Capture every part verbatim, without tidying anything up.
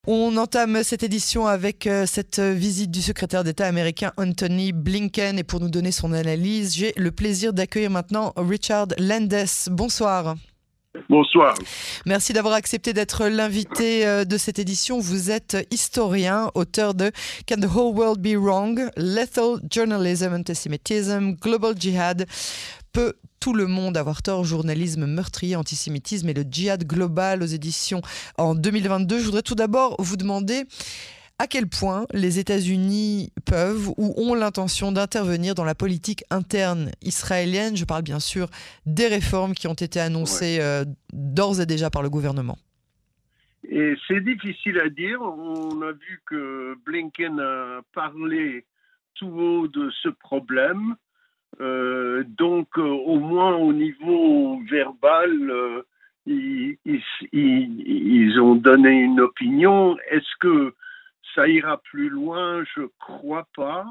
On entame cette édition avec euh, cette visite du secrétaire d'État américain Anthony Blinken. Et pour nous donner son analyse, j'ai le plaisir d'accueillir maintenant Richard Landes. Bonsoir. Bonsoir. Merci d'avoir accepté d'être l'invité euh, de cette édition. Vous êtes historien, auteur de Can the Whole World Be Wrong? Lethal Journalism, Antisemitism, Global Jihad. Peut tout le monde avoir tort? Journalisme meurtrier, antisémitisme et le djihad global aux éditions en deux mille vingt-deux. Je voudrais tout d'abord vous demander à quel point les États-Unis peuvent ou ont l'intention d'intervenir dans la politique interne israélienne. Je parle bien sûr des réformes qui ont été annoncées ouais. euh, d'ores et déjà par le gouvernement. Et c'est difficile à dire. On a vu que Blinken a parlé tout haut de ce problème. Euh, donc, euh, au moins au niveau verbal, euh, ils, ils, ils ont donné une opinion. Est-ce que ça ira plus loin? Je crois pas.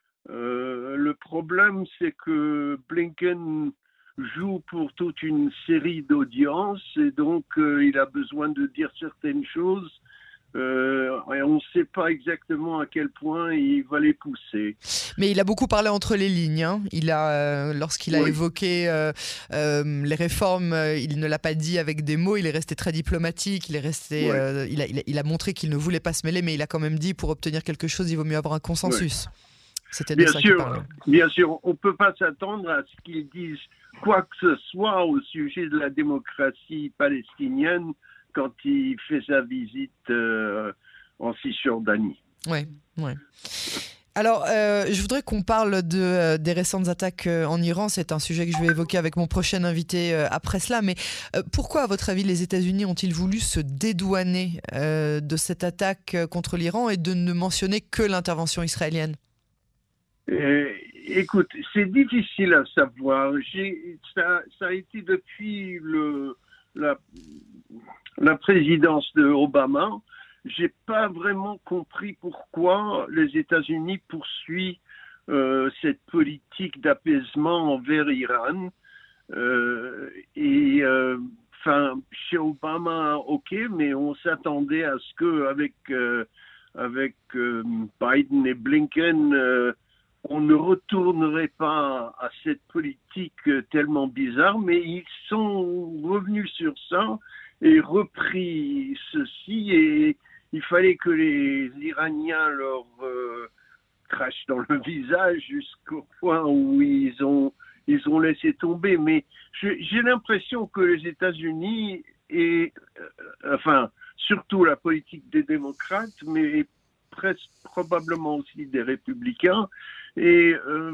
Euh, le problème, c'est que Blinken joue pour toute une série d'audiences et donc euh, il a besoin de dire certaines choses. Euh, et on ne sait pas exactement à quel point il va les pousser. Mais il a beaucoup parlé entre les lignes. Hein. Il a, euh, lorsqu'il a oui. évoqué euh, euh, les réformes, euh, il ne l'a pas dit avec des mots. Il est resté très diplomatique. Il est resté. Oui. Euh, il, a, il, a, il a montré qu'il ne voulait pas se mêler, mais il a quand même dit pour obtenir quelque chose, il vaut mieux avoir un consensus. Oui. C'était de bien ça sûr, qu'il parlait. Bien sûr, on ne peut pas s'attendre à ce qu'ils disent quoi que ce soit au sujet de la démocratie palestinienne quand il fait sa visite euh, en Cisjordanie. Oui, oui. Alors, euh, je voudrais qu'on parle de, euh, des récentes attaques euh, en Iran. C'est un sujet que je vais évoquer avec mon prochain invité euh, après cela. Mais euh, pourquoi, à votre avis, les États-Unis ont-ils voulu se dédouaner euh, de cette attaque contre l'Iran et de ne mentionner que l'intervention israélienne? euh, Écoute, c'est difficile à savoir. J'ai, ça, ça a été depuis le, la, la présidence de Obama. J'ai pas vraiment compris pourquoi les États-Unis poursuivent euh, cette politique d'apaisement envers l'Iran. Euh, et enfin, euh, chez Obama, ok, mais on s'attendait à ce que avec euh, avec euh, Biden et Blinken, euh, on ne retournerait pas à cette politique tellement bizarre, mais ils sont revenus sur ça et repris ceci et il fallait que les Iraniens leur euh, crachent dans le visage jusqu'au point où ils ont, ils ont laissé tomber. Mais je, j'ai l'impression que les États-Unis, et euh, enfin, surtout la politique des démocrates, mais presque probablement aussi des républicains, et euh,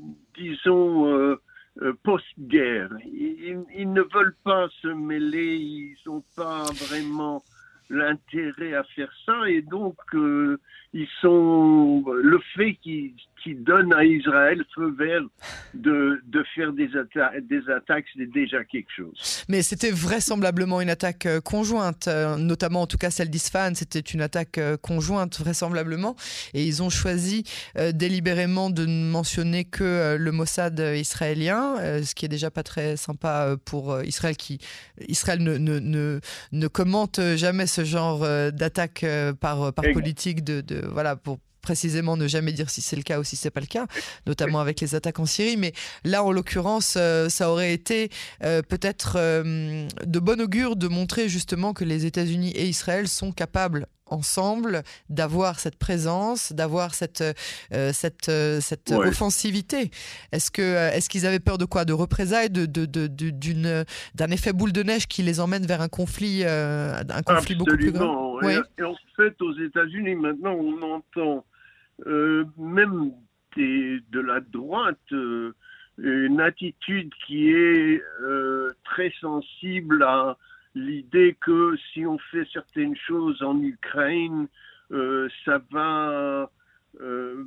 disons euh, euh, post-guerre. Ils, ils ne veulent pas se mêler, ils n'ont pas vraiment l'intérêt à faire ça et donc euh, ils sont le fait qu'ils, qu'ils donnent à Israël feu vert de, de faire des, atta- des attaques, c'est déjà quelque chose. Mais c'était vraisemblablement une attaque conjointe, notamment en tout cas celle d'Isfahan, c'était une attaque conjointe vraisemblablement et ils ont choisi euh, délibérément de ne mentionner que euh, le Mossad israélien, euh, ce qui est déjà pas très sympa pour Israël qui Israël ne, ne, ne, ne commente jamais ce genre euh, d'attaque euh, par, par politique de, de voilà pour précisément ne jamais dire si c'est le cas ou si c'est pas le cas, notamment avec les attaques en Syrie. Mais là, en l'occurrence, euh, ça aurait été euh, peut-être euh, de bon augure de montrer justement que les États-Unis et Israël sont capables ensemble d'avoir cette présence, d'avoir cette, euh, cette, euh, cette ouais. offensivité. Est-ce, que, euh, est-ce qu'ils avaient peur de quoi? De représailles, de, de, de, de, d'une, d'un effet boule de neige qui les emmène vers un conflit, euh, un conflit beaucoup plus grand? Oui. Et en fait, aux États-Unis, maintenant, on entend euh, même des, de la droite euh, une attitude qui est euh, très sensible à l'idée que si on fait certaines choses en Ukraine, euh, ça va, euh,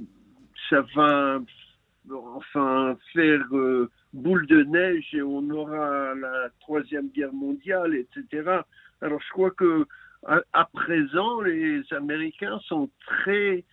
ça va, enfin faire euh, boule de neige et on aura la troisième guerre mondiale, et cetera. Alors je crois que à, à présent les Américains sont très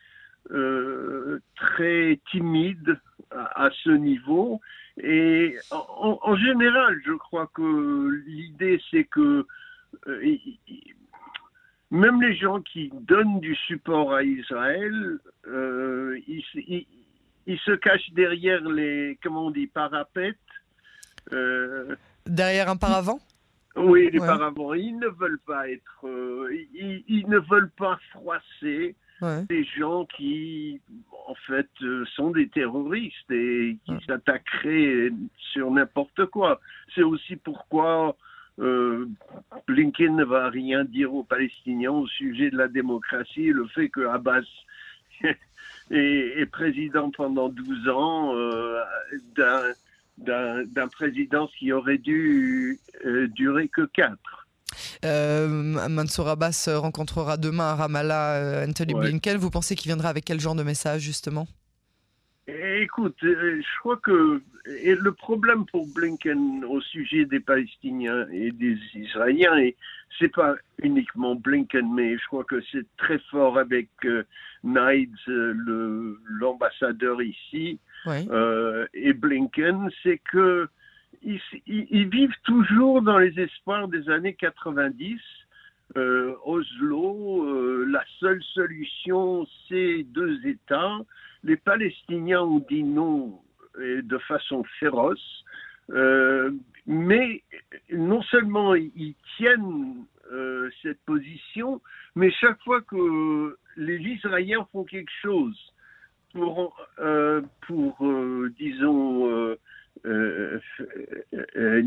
euh, très timides à, à ce niveau. Et en, en général, je crois que l'idée, c'est que euh, même les gens qui donnent du support à Israël, euh, ils, ils, ils se cachent derrière les, comment on dit, parapets. Euh, Derrière un paravent? oui, les Ouais. paravents. Ils ne veulent pas être, euh, ils, ils ne veulent pas froisser Ouais. des gens qui, en fait, euh, sont des terroristes et qui Ouais. s'attaqueraient sur n'importe quoi. C'est aussi pourquoi euh, Blinken ne va rien dire aux Palestiniens au sujet de la démocratie, le fait que Abbas est, est président pendant douze ans euh, d'un, d'un, d'un président qui aurait dû euh, durer que quatre. Euh, Mansour Abbas rencontrera demain à Ramallah euh, Anthony Ouais. Blinken. Vous pensez qu'il viendra avec quel genre de message, justement? Écoute, je crois que et le problème pour Blinken au sujet des Palestiniens et des Israéliens, et c'est pas uniquement Blinken, mais je crois que c'est très fort avec euh, Nides, le, l'ambassadeur ici, Oui. euh, et Blinken, c'est que ils, ils vivent toujours dans les espoirs des années quatre-vingt-dix. Euh, Oslo, euh, la seule solution, c'est deux États. Les Palestiniens ont dit non de façon féroce, euh, mais non seulement ils tiennent euh, cette position, mais chaque fois que les Israéliens font quelque chose pour, euh, pour euh, disons, euh, euh, euh,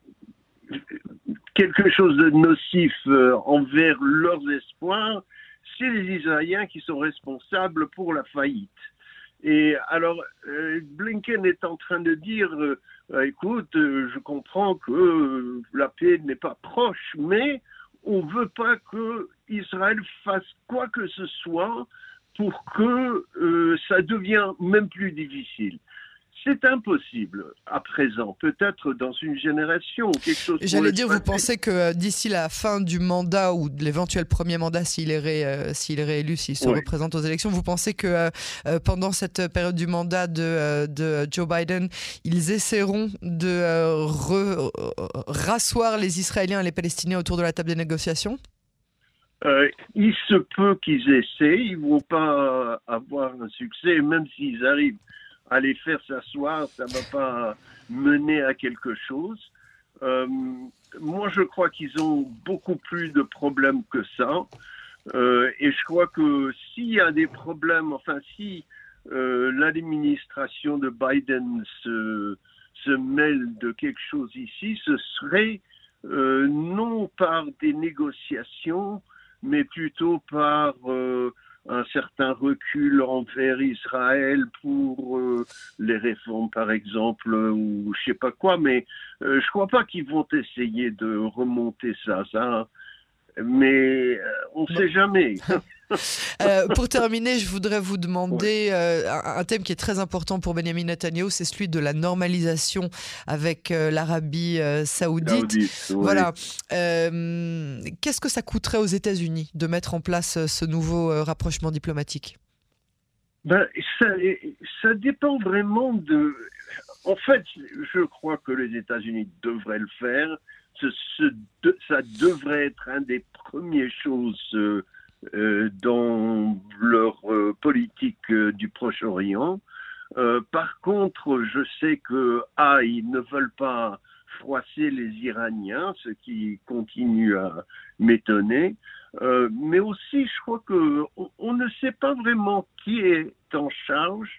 quelque chose de nocif euh, envers leurs espoirs, c'est les Israéliens qui sont responsables pour la faillite. Et alors, euh, Blinken est en train de dire, euh, écoute, euh, je comprends que euh, la paix n'est pas proche, mais on ne veut pas que Israël fasse quoi que ce soit pour que euh, ça devienne même plus difficile. C'est impossible à présent, peut-être dans une génération, quelque chose. J'allais dire, vous pensez que euh, d'ici la fin du mandat ou de l'éventuel premier mandat, s'il est, ré, euh, s'il est réélu, s'il se oui. représente aux élections, vous pensez que euh, euh, pendant cette période du mandat de, euh, de Joe Biden, ils essaieront de euh, re, euh, rasseoir les Israéliens et les Palestiniens autour de la table des négociations? Euh, il se peut qu'ils essaient, ils ne vont pas avoir un succès, même s'ils arrivent à les faire s'asseoir, ça ne va pas mener à quelque chose. Euh, moi, je crois qu'ils ont beaucoup plus de problèmes que ça. Euh, et je crois que s'il y a des problèmes, enfin, si euh, l'administration de Biden se, se mêle de quelque chose ici, ce serait euh, non par des négociations, mais plutôt par euh, un certain recul envers Israël pour euh, les réformes, par exemple, ou je sais pas quoi. Mais euh, je crois pas qu'ils vont essayer de remonter ça, ça. Mais euh, on ne sait jamais. euh, pour terminer, je voudrais vous demander euh, un, un thème qui est très important pour Benjamin Netanyahu, c'est celui de la normalisation avec euh, l'Arabie euh, saoudite. Saoudite, oui. Voilà. Euh, qu'est-ce que ça coûterait aux États-Unis de mettre en place euh, ce nouveau euh, rapprochement diplomatique? Ben, ça, ça dépend vraiment de... En fait, je crois que les États-Unis devraient le faire. Ce, ce, de, ça devrait être un des premières choses euh, euh, dans leur euh, politique euh, du Proche-Orient. Euh, par contre, je sais que, ah, ils ne veulent pas froisser les Iraniens, ce qui continue à m'étonner. Euh, mais aussi, je crois qu'on on ne sait pas vraiment qui est en charge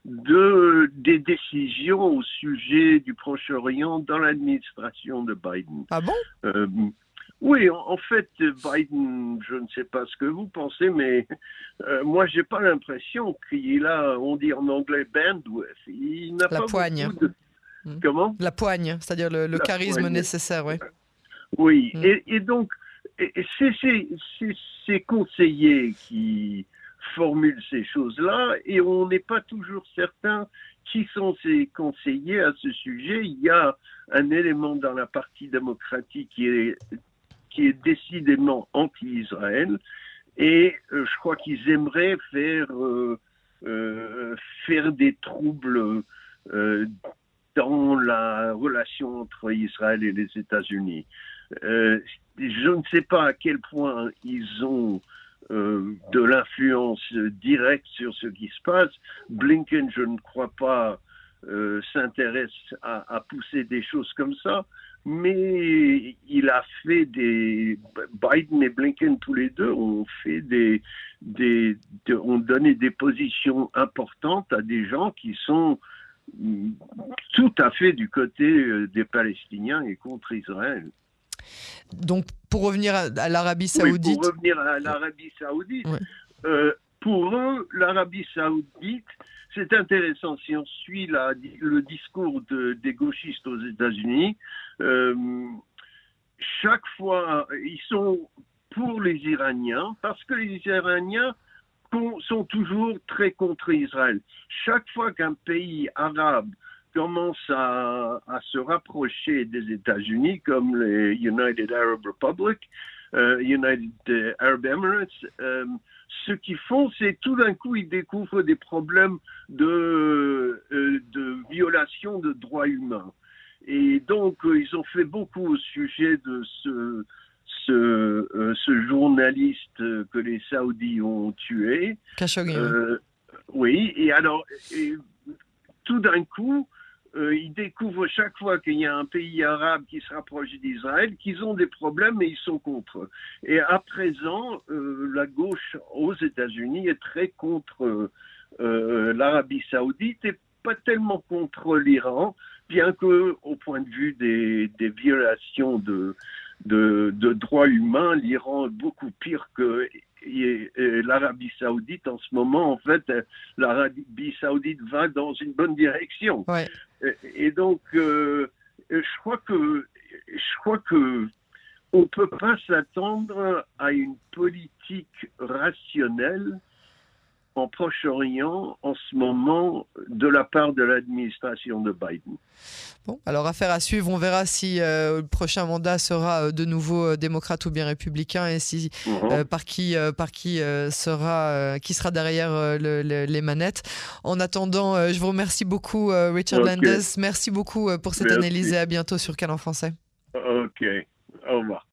de, des décisions au sujet du Proche-Orient dans l'administration de Biden. Ah bon? euh, Oui, en, en fait, Biden, je ne sais pas ce que vous pensez, mais euh, moi, j'ai pas l'impression qu'il a, on dit en anglais, bandwidth. Il n'a La pas poigne. beaucoup de... Mmh. Comment? La poigne, c'est-à-dire le, le charisme poigne. nécessaire, oui. Oui, mmh. et, et donc, c'est ces conseillers qui formulent ces choses-là, et on n'est pas toujours certain qui sont ces conseillers à ce sujet. Il y a un élément dans la partie démocratique qui est, qui est décidément anti-Israël, et euh, je crois qu'ils aimeraient faire, euh, euh, faire des troubles euh, dans la relation entre Israël et les États-Unis. Euh, je ne sais pas à quel point ils ont euh, de l'influence directe sur ce qui se passe. Blinken, je ne crois pas, euh, s'intéresse à, à pousser des choses comme ça, mais il a fait des... Biden et Blinken, tous les deux, ont fait des... des de, ont donné des positions importantes à des gens qui sont tout à fait du côté des Palestiniens et contre Israël. Donc, pour revenir à, à l'Arabie Saoudite... Oui, pour revenir à l'Arabie Saoudite, ouais. euh, pour eux, l'Arabie Saoudite, c'est intéressant, si on suit la, le discours de, des gauchistes aux États-Unis, euh, chaque fois, ils sont pour les Iraniens, parce que les Iraniens sont toujours très contre Israël. Chaque fois qu'un pays arabe commence à, à se rapprocher des États-Unis, comme les United Arab Republic, euh, United Arab Emirates, euh, ce qu'ils font, c'est tout d'un coup, ils découvrent des problèmes de, euh, de violation de droits humains. Et donc, euh, ils ont fait beaucoup au sujet de ce... Ce, euh, ce journaliste que les Saoudis ont tué. Khashoggi. Euh, oui, et alors, et, tout d'un coup, euh, ils découvrent chaque fois qu'il y a un pays arabe qui se rapproche d'Israël qu'ils ont des problèmes et ils sont contre. Et à présent, euh, la gauche aux États-Unis est très contre euh, l'Arabie Saoudite et pas tellement contre l'Iran, bien que, au point de vue des, des violations de De, de droits humains, l'Iran est beaucoup pire que et, et l'Arabie Saoudite en ce moment. En fait, l'Arabie Saoudite va dans une bonne direction. Ouais. Et, et donc, euh, je crois que je crois que on peut pas s'attendre à une politique rationnelle en Proche-Orient en ce moment de la part de l'administration de Biden. Bon, alors affaire à suivre, on verra si euh, le prochain mandat sera euh, de nouveau euh, démocrate ou bien républicain et si mm-hmm. euh, par qui euh, par qui euh, sera euh, qui sera derrière euh, le, le, les manettes. En attendant, euh, je vous remercie beaucoup euh, Richard okay. Landes. Merci beaucoup euh, pour cette Merci. analyse et à bientôt sur Canal en français. OK. Au revoir.